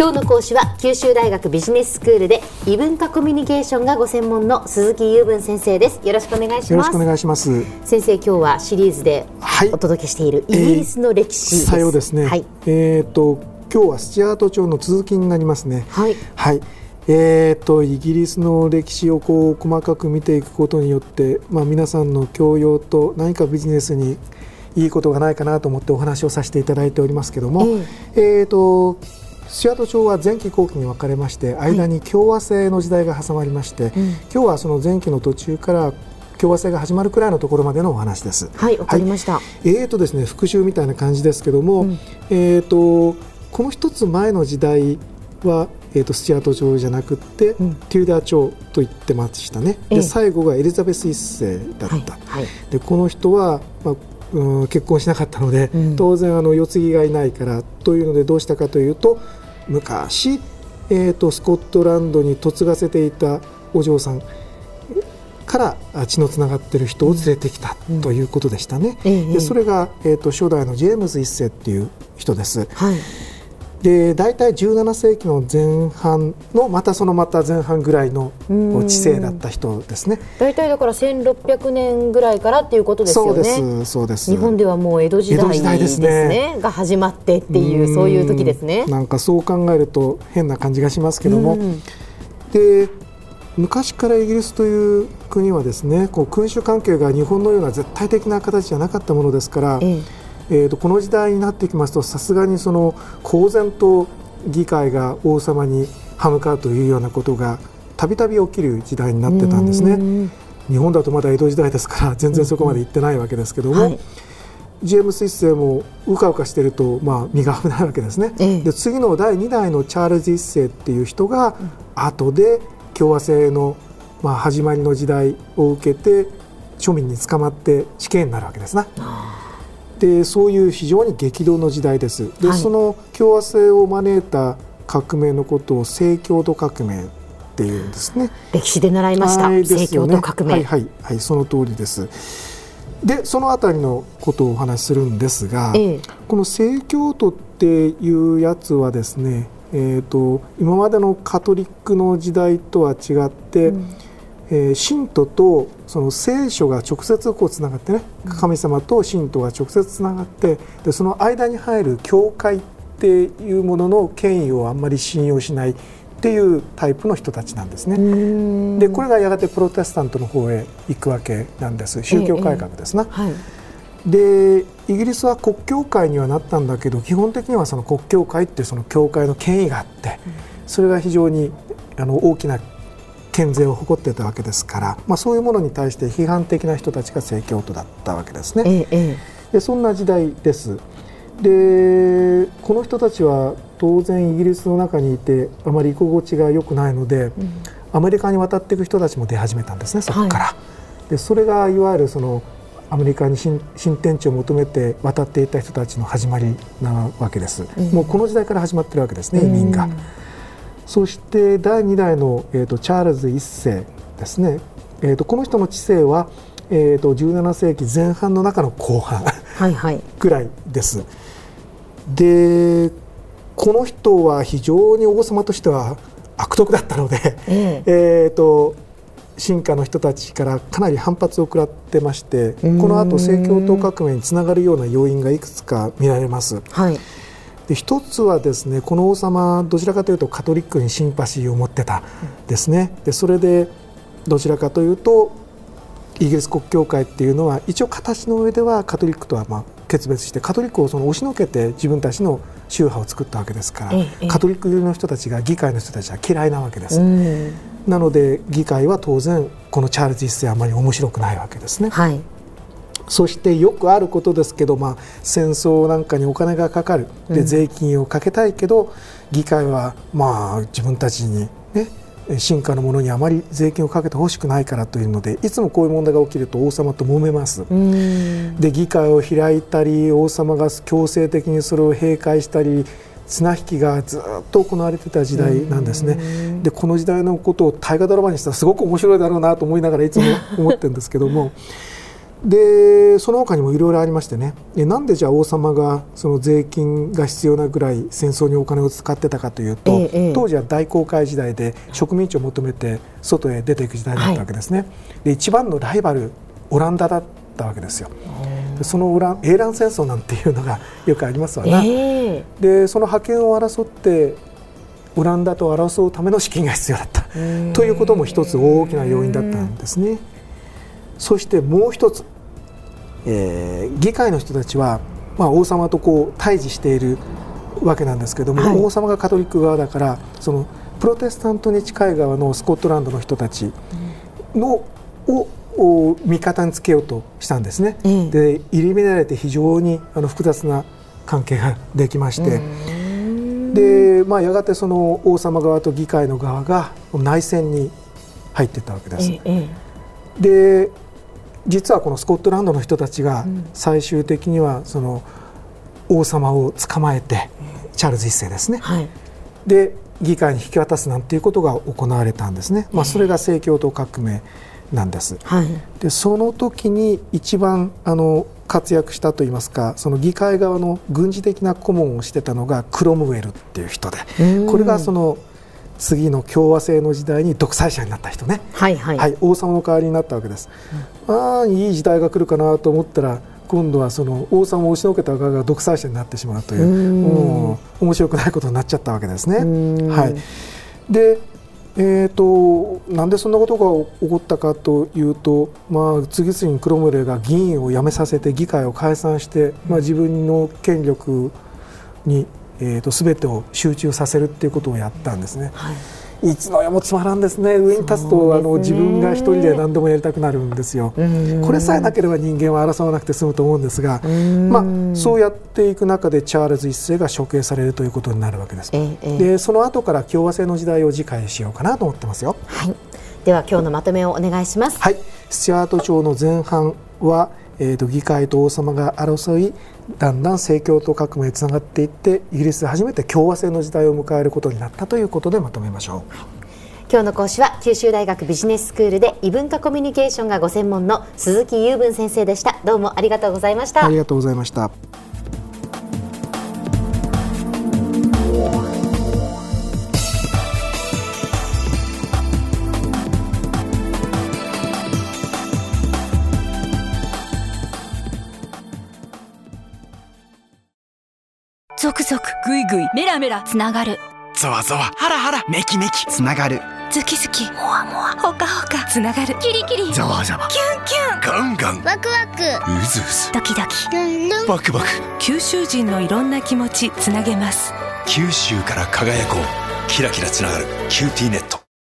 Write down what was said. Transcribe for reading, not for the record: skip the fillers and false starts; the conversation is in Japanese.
今日の講師は九州大学ビジネススクールで異文化コミュニケーションがご専門の鈴木雄文先生です。よろしくお願いします。 よろしくお願いします。 先生、今日はシリーズでお届けしているイギリスの歴史です。 さようですね、 はい、 今日はスチュアート朝の続きになりますね。 はい、 はい、イギリスの歴史を細かく見ていくことによって、皆さんの教養と何かビジネスにいいことがないかなと思ってお話をさせていただいておりますけども、スチュアート朝は前期後期に分かれまして、間に共和制の時代が挟まりまして、今日はその前期の途中から共和制が始まるくらいのところまでのお話です。 はい、わかりました。 ですね、復習みたいな感じですけども、この一つ前の時代は、スチュアート朝じゃなくて、テューダー朝と言ってましたね。で、最後がエリザベス一世だった。で、この人は、結婚しなかったので、当然世継ぎがいないからというので、どうしたかというと、昔、スコットランドに嫁がせていたお嬢さんから血のつながっている人を連れてきたということでしたね。で、それが、初代のジェームズ一世っていう人です。はい、で、大体17世紀の前半のまた前半ぐらいの治世だった人ですね。 大体だから1600年ぐらいからっていうことですよね。 そうです。 日本ではもう江戸時代ですねが始まってっていう、そういう時ですね。 なんかそう考えると変な感じがしますけども、で、昔からイギリスという国はですね、君主関係が日本のような絶対的な形じゃなかったものですから、この時代になってきますと、さすがに公然と議会が王様に歯向かうというようなことがたびたび起きる時代になってたんですね。日本だとまだ江戸時代ですから全然そこまで行ってないわけですけども、ジェームス一世もうかうかしていると、身が危ないわけですね。で、次の第2代のチャールズ一世っていう人が後で共和制の始まりの時代を受けて庶民に捕まって死刑になるわけですな。で、そういう非常に激動の時代です。で、その共和制を招いた革命のことを正教徒革命っていうんですね。 歴史で習いました。正教徒革命。 はい、その通りです。で、そのあたりのことをお話しするんですが、この正教徒っていうやつはですね、今までのカトリックの時代とは違って、信徒とその聖書が直接つながってね、神様と信徒が直接つながって、で、その間に入る教会っていうものの権威をあんまり信用しないっていうタイプの人たちなんですね。で、これがやがてプロテスタントの方へ行くわけなんです。宗教改革ですな。で、イギリスは国教会にはなったんだけど、基本的にはその国教会ってその教会の権威があって、それが非常に大きな権勢を誇っていたわけですから、そういうものに対して批判的な人たちが正教徒だったわけですね。で、そんな時代です。で、この人たちは当然イギリスの中にいてあまり居心地が良くないので、アメリカに渡っていく人たちも出始めたんですね、そこから。で、それがいわゆるアメリカに新天地を求めて渡っていった人たちの始まりなわけです。もうこの時代から始まっているわけですね、移民が。そして第2代の、チャールズ一世ですね。この人の治世は、17世紀前半の中の後半ぐらいです。で、この人は非常に王様としては悪徳だったので、臣下の人たちからかなり反発を食らってまして、この後正教徒革命につながるような要因がいくつか見られます。で、一つはですね、この王様どちらかというとカトリックにシンパシーを持ってたですね。で、それでどちらかというとイギリス国教会っていうのは一応形の上ではカトリックとは決別して、カトリックを押しのけて自分たちの宗派を作ったわけですから、カトリック寄りの人たちが議会の人たちは嫌いなわけです。なので議会は当然このチャールズ一世はあまり面白くないわけですね。そしてよくあることですけど、戦争なんかにお金がかかる、で税金をかけたいけど、議会は自分たちにね、臣下の者にあまり税金をかけてほしくないからというので、いつもこういう問題が起きると王様と揉めます。で、議会を開いたり、王様が強制的にそれを閉会したり、綱引きがずっと行われてた時代なんですね。で、この時代のことを大河ドラマにしたらすごく面白いだろうなと思いながらいつも思ってるんですけどもでその他にもいろいろありましてね、なんでじゃあ王様がその税金が必要なぐらい戦争にお金を使ってたかというと、当時は大航海時代で植民地を求めて外へ出ていく時代だったわけですね、で一番のライバルオランダだったわけですよ。でその英蘭戦争なんていうのがよくありますわな、でその覇権を争ってオランダと争うための資金が必要だったということも一つ大きな要因だったんですね。そしてもう一つ、議会の人たちは、王様と対峙しているわけなんですけども、王様がカトリック側だからそのプロテスタントに近い側のスコットランドの人たちを味方につけようとしたんですね、で入り乱れて非常に複雑な関係ができまして、でやがてその王様側と議会の側が内戦に入っていったわけです、で実はこのスコットランドの人たちが最終的にはその王様を捕まえて、チャールズ1世ですね、で議会に引き渡すなんていうことが行われたんですね、それが正教徒革命なんです、でその時に一番活躍したといいますか、その議会側の軍事的な顧問をしてたのがクロムウェルっていう人で、これがその次の共和制の時代に独裁者になった人ね、王様の代わりになったわけです、いい時代が来るかなと思ったら今度はその王様を押しのけた側が独裁者になってしまうという、面白くないことになっちゃったわけですね。でなんでそんなことが起こったかというと、次々にクロムウェルが議員を辞めさせて議会を解散して、自分の権力に全てを集中させるっていうことをやったんですね、いつの世もつまらんですね。上に立つと自分が一人で何でもやりたくなるんですよ。これさえなければ人間は争わなくて済むと思うんですが、そうやっていく中でチャールズ1世が処刑されるということになるわけです、でその後から共和制の時代を次回しようかなと思ってますよ。 では今日のまとめをお願いします。 スチュアート朝の前半は議会と王様が争い、だんだん正教徒革命につながっていって、イギリスで初めて共和制の時代を迎えることになったということでまとめましょう。 今日の講師は九州大学ビジネススクールで異文化コミュニケーションがご専門の鈴木雄文先生でした。どうもありがとうございました。 ありがとうございました。 ゾクゾクグイグイメラメラつながる、 ゾワゾワハラハラメキメキつながる、 ズキズキモワモワホカホカつながる、キリキリザワザワキュンキュンガンガンワクワクうずうずドキドキルンルンバクバク、 九州人のいろんな気持ちつなげます。 九州から輝こう、キラキラつながるキューティーネット。